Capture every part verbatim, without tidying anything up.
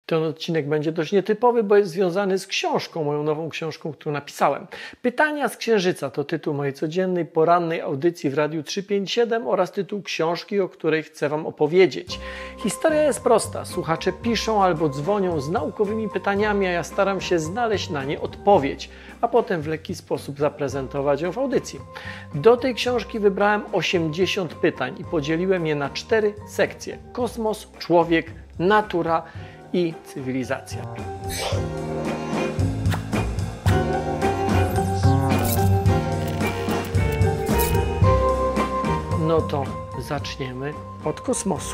Ten odcinek będzie dość nietypowy, bo jest związany z książką, moją nową książką, którą napisałem. Pytania z Księżyca to tytuł mojej codziennej, porannej audycji w Radiu trzysta pięćdziesiąt siedem oraz tytuł książki, o której chcę Wam opowiedzieć. Historia jest prosta. Słuchacze piszą albo dzwonią z naukowymi pytaniami, a ja staram się znaleźć na nie odpowiedź, a potem w lekki sposób zaprezentować ją w audycji. Do tej książki wybrałem osiemdziesiąt pytań i podzieliłem je na cztery sekcje. Kosmos, człowiek, natura i cywilizacja. No to zaczniemy od kosmosu.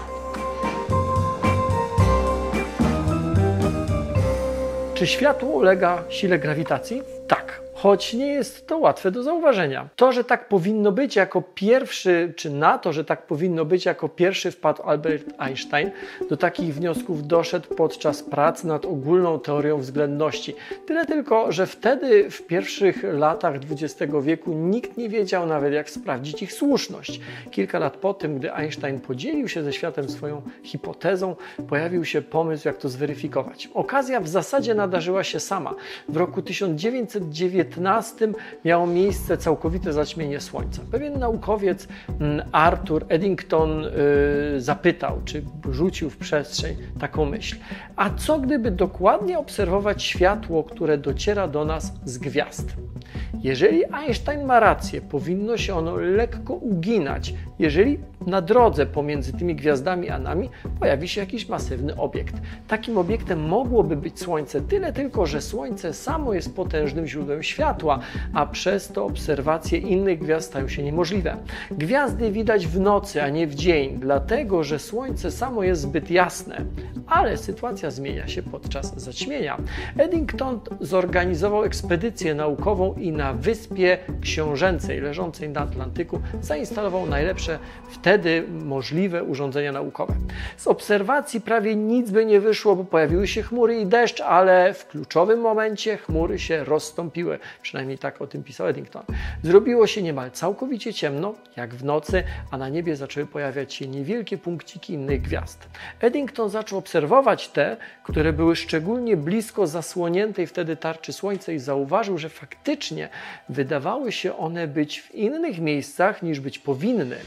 Czy światło ulega sile grawitacji? Tak. Choć nie jest to łatwe do zauważenia. To, że tak powinno być jako pierwszy, czy na to, że tak powinno być jako pierwszy wpadł Albert Einstein, do takich wniosków doszedł podczas prac nad ogólną teorią względności. Tyle tylko, że wtedy w pierwszych latach dwudziestego wieku nikt nie wiedział nawet, jak sprawdzić ich słuszność. Kilka lat po tym, gdy Einstein podzielił się ze światem swoją hipotezą, pojawił się pomysł, jak to zweryfikować. Okazja w zasadzie nadarzyła się sama. W roku tysiąc dziewięćset dziewiętnastym miało miejsce całkowite zaćmienie Słońca. Pewien naukowiec Arthur Eddington yy, zapytał, czy rzucił w przestrzeń taką myśl. A co gdyby dokładnie obserwować światło, które dociera do nas z gwiazd? Jeżeli Einstein ma rację, powinno się ono lekko uginać, jeżeli na drodze pomiędzy tymi gwiazdami a nami pojawi się jakiś masywny obiekt. Takim obiektem mogłoby być Słońce, tyle tylko, że Słońce samo jest potężnym źródłem światła, a przez to obserwacje innych gwiazd stają się niemożliwe. Gwiazdy widać w nocy, a nie w dzień, dlatego że Słońce samo jest zbyt jasne, ale sytuacja zmienia się podczas zaćmienia. Eddington zorganizował ekspedycję naukową i na Wyspie Książęcej, leżącej na Atlantyku, zainstalował najlepsze wtedy możliwe urządzenia naukowe. Z obserwacji prawie nic by nie wyszło, bo pojawiły się chmury i deszcz, ale w kluczowym momencie chmury się rozstąpiły. Przynajmniej tak o tym pisał Eddington. Zrobiło się niemal całkowicie ciemno, jak w nocy, a na niebie zaczęły pojawiać się niewielkie punkciki innych gwiazd. Eddington zaczął obserwować te, które były szczególnie blisko zasłoniętej wtedy tarczy Słońca i zauważył, że faktycznie wydawały się one być w innych miejscach niż być powinny.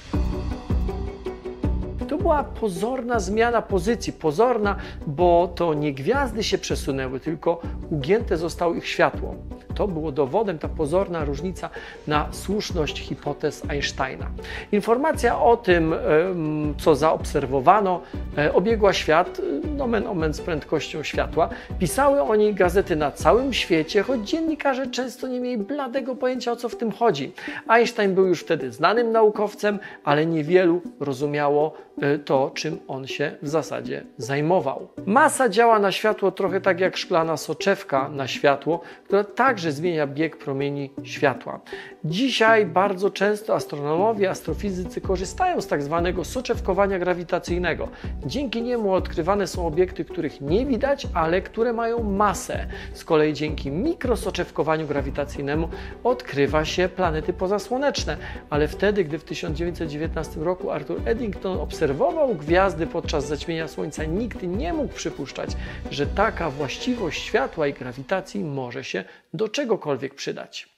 To była pozorna zmiana pozycji, pozorna, bo to nie gwiazdy się przesunęły, tylko ugięte zostało ich światło. To było dowodem, ta pozorna różnica, na słuszność hipotez Einsteina. Informacja o tym, co zaobserwowano, obiegła świat nomen omen z prędkością światła. Pisały o niej gazety na całym świecie, choć dziennikarze często nie mieli bladego pojęcia, o co w tym chodzi. Einstein był już wtedy znanym naukowcem, ale niewielu rozumiało to, czym on się w zasadzie zajmował. Masa działa na światło trochę tak jak szklana soczewka na światło, która także zmienia bieg promieni światła. Dzisiaj bardzo często astronomowie, astrofizycy korzystają z tak zwanego soczewkowania grawitacyjnego. Dzięki niemu odkrywane są obiekty, których nie widać, ale które mają masę. Z kolei dzięki mikrosoczewkowaniu grawitacyjnemu odkrywa się planety pozasłoneczne. Ale wtedy, gdy w tysiąc dziewięćset dziewiętnastym roku Arthur Eddington obserwował gwiazdy podczas zaćmienia Słońca, nikt nie mógł przypuszczać, że taka właściwość światła i grawitacji może się do czegokolwiek przydać.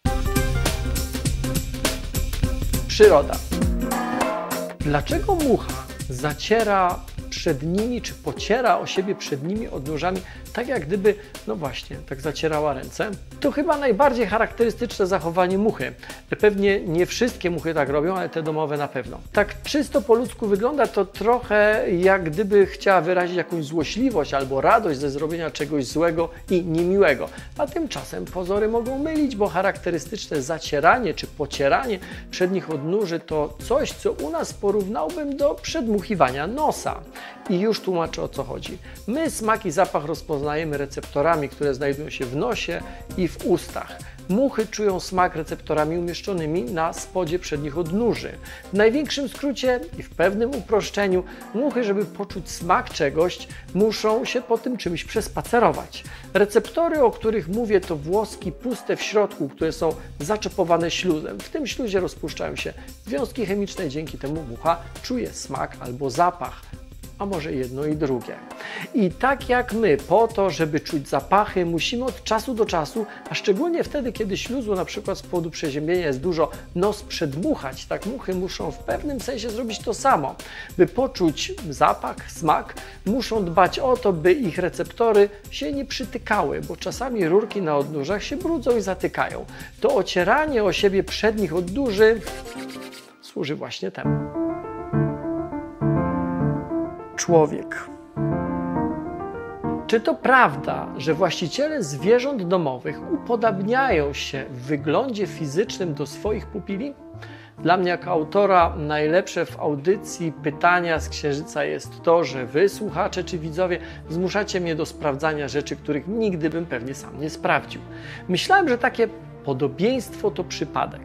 Przyroda. Dlaczego mucha zaciera przed nimi, czy pociera o siebie przednimi odnóżami, tak jak gdyby, no właśnie, tak zacierała ręce? To chyba najbardziej charakterystyczne zachowanie muchy. Pewnie nie wszystkie muchy tak robią, ale te domowe na pewno. Tak czysto po ludzku wygląda to trochę jak gdyby chciała wyrazić jakąś złośliwość albo radość ze zrobienia czegoś złego i niemiłego. A tymczasem pozory mogą mylić, bo charakterystyczne zacieranie czy pocieranie przednich odnóży to coś, co u nas porównałbym do przedmuchiwania nosa. I już tłumaczę, o co chodzi. My smak i zapach rozpoznajemy receptorami, które znajdują się w nosie i w ustach. Muchy czują smak receptorami umieszczonymi na spodzie przednich odnóży. W największym skrócie i w pewnym uproszczeniu, muchy, żeby poczuć smak czegoś, muszą się po tym czymś przespacerować. Receptory, o których mówię, to włoski puste w środku, które są zaczepowane śluzem. W tym śluzie rozpuszczają się związki chemiczne i dzięki temu mucha czuje smak albo zapach. a może jedno i drugie. I tak jak my, po to, żeby czuć zapachy, musimy od czasu do czasu, a szczególnie wtedy, kiedy śluzu na przykład z powodu przeziębienia jest dużo, nos przedmuchać. Tak, muchy muszą w pewnym sensie zrobić to samo. By poczuć zapach, smak, muszą dbać o to, by ich receptory się nie przytykały, bo czasami rurki na odnóżach się brudzą i zatykają. To ocieranie o siebie przednich odnóży służy właśnie temu. Człowiek. Czy to prawda, że właściciele zwierząt domowych upodabniają się w wyglądzie fizycznym do swoich pupili? Dla mnie jako autora najlepsze w audycji Pytania z Księżyca jest to, że wy, słuchacze czy widzowie, zmuszacie mnie do sprawdzania rzeczy, których nigdy bym pewnie sam nie sprawdził. Myślałem, że takie podobieństwo to przypadek,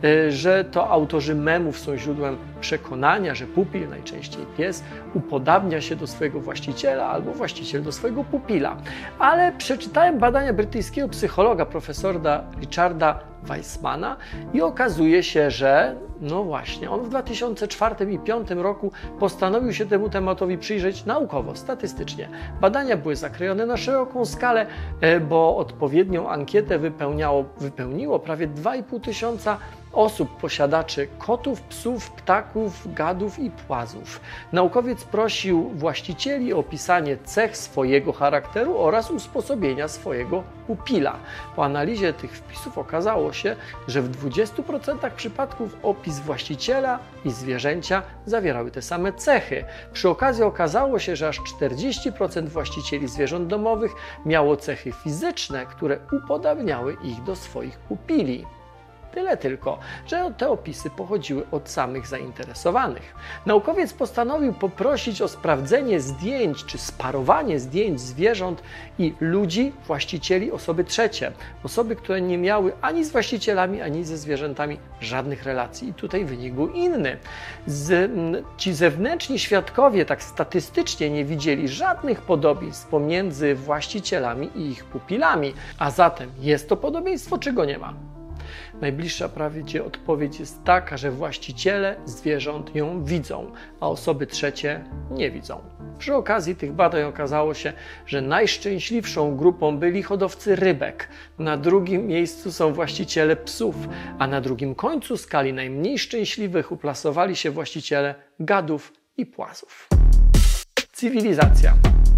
że to autorzy memów są źródłem przekonania, że pupil, najczęściej pies, upodabnia się do swojego właściciela albo właściciel do swojego pupila. Ale przeczytałem badania brytyjskiego psychologa profesora Richarda Weissmana i okazuje się, że no właśnie, on w dwa tysiące czwartym i dwa tysiące piątym roku postanowił się temu tematowi przyjrzeć naukowo, statystycznie. Badania były zakrojone na szeroką skalę, bo odpowiednią ankietę wypełniało, wypełniło prawie dwa i pół tysiąca osób, posiadaczy kotów, psów, ptaków, gadów i płazów. Naukowiec prosił właścicieli o opisanie cech swojego charakteru oraz usposobienia swojego pupila. Po analizie tych wpisów okazało się, że w dwudziestu procentach przypadków opis właściciela i zwierzęcia zawierały te same cechy. Przy okazji okazało się, że aż czterdzieści procent właścicieli zwierząt domowych miało cechy fizyczne, które upodabniały ich do swoich pupili. Tyle tylko, że te opisy pochodziły od samych zainteresowanych. Naukowiec postanowił poprosić o sprawdzenie zdjęć czy sparowanie zdjęć zwierząt i ludzi, właścicieli, osoby trzecie. Osoby, które nie miały ani z właścicielami, ani ze zwierzętami żadnych relacji. I tutaj wynik był inny. Z, ci zewnętrzni świadkowie tak statystycznie nie widzieli żadnych podobieństw pomiędzy właścicielami i ich pupilami. A zatem jest to podobieństwo, czy go nie ma? Najbliższa prawdzie odpowiedź jest taka, że właściciele zwierząt ją widzą, a osoby trzecie nie widzą. Przy okazji tych badań okazało się, że najszczęśliwszą grupą byli hodowcy rybek. Na drugim miejscu są właściciele psów, a na drugim końcu skali najmniej szczęśliwych uplasowali się właściciele gadów i płazów. Cywilizacja.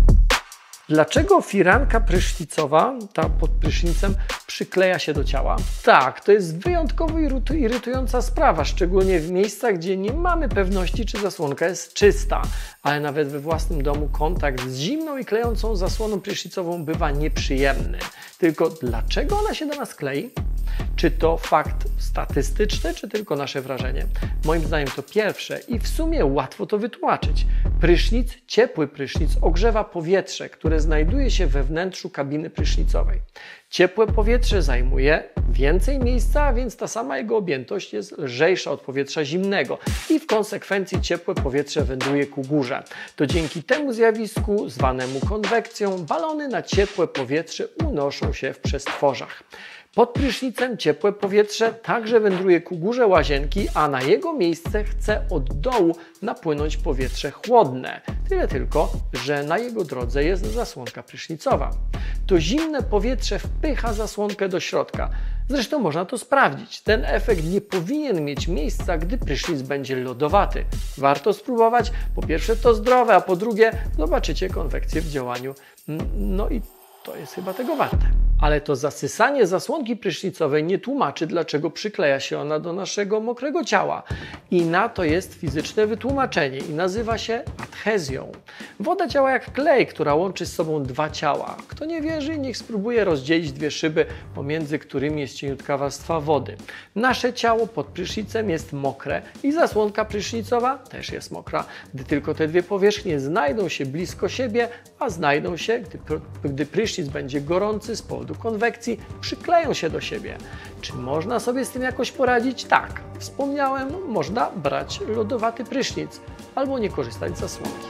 Dlaczego firanka prysznicowa, ta pod prysznicem, przykleja się do ciała? Tak, to jest wyjątkowo irytująca sprawa, szczególnie w miejscach, gdzie nie mamy pewności, czy zasłonka jest czysta. Ale nawet we własnym domu kontakt z zimną i klejącą zasłoną prysznicową bywa nieprzyjemny. Tylko dlaczego ona się do nas klei? Czy to fakt statystyczny, czy tylko nasze wrażenie? Moim zdaniem to pierwsze i w sumie łatwo to wytłumaczyć. Prysznic, ciepły prysznic ogrzewa powietrze, które znajduje się we wnętrzu kabiny prysznicowej. Ciepłe powietrze zajmuje więcej miejsca, a więc ta sama jego objętość jest lżejsza od powietrza zimnego i w konsekwencji ciepłe powietrze wędruje ku górze. To dzięki temu zjawisku, zwanemu konwekcją, balony na ciepłe powietrze unoszą się w przestworzach. Pod prysznicem ciepłe powietrze także wędruje ku górze łazienki, a na jego miejsce chce od dołu napłynąć powietrze chłodne. Tyle tylko, że na jego drodze jest zasłonka prysznicowa. To zimne powietrze wpycha zasłonkę do środka. Zresztą można to sprawdzić. Ten efekt nie powinien mieć miejsca, gdy prysznic będzie lodowaty. Warto spróbować. Po pierwsze to zdrowe, a po drugie zobaczycie konwekcję w działaniu. No i to jest chyba tego warte. Ale to zasysanie zasłonki prysznicowej nie tłumaczy, dlaczego przykleja się ona do naszego mokrego ciała. I na to jest fizyczne wytłumaczenie i nazywa się adhezją. Woda działa jak klej, która łączy z sobą dwa ciała. Kto nie wierzy, niech spróbuje rozdzielić dwie szyby, pomiędzy którymi jest cieniutka warstwa wody. Nasze ciało pod prysznicem jest mokre i zasłonka prysznicowa też jest mokra. Gdy tylko te dwie powierzchnie znajdą się blisko siebie, a znajdą się, gdy, gdy prysznic będzie gorący z powodu konwekcji, przykleją się do siebie. Czy można sobie z tym jakoś poradzić? Tak. Wspomniałem, można brać lodowaty prysznic albo nie korzystać z zasłonki.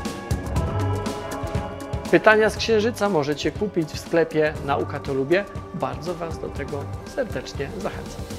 Pytania z Księżyca możecie kupić w sklepie Nauka to Lubię. Bardzo Was do tego serdecznie zachęcam.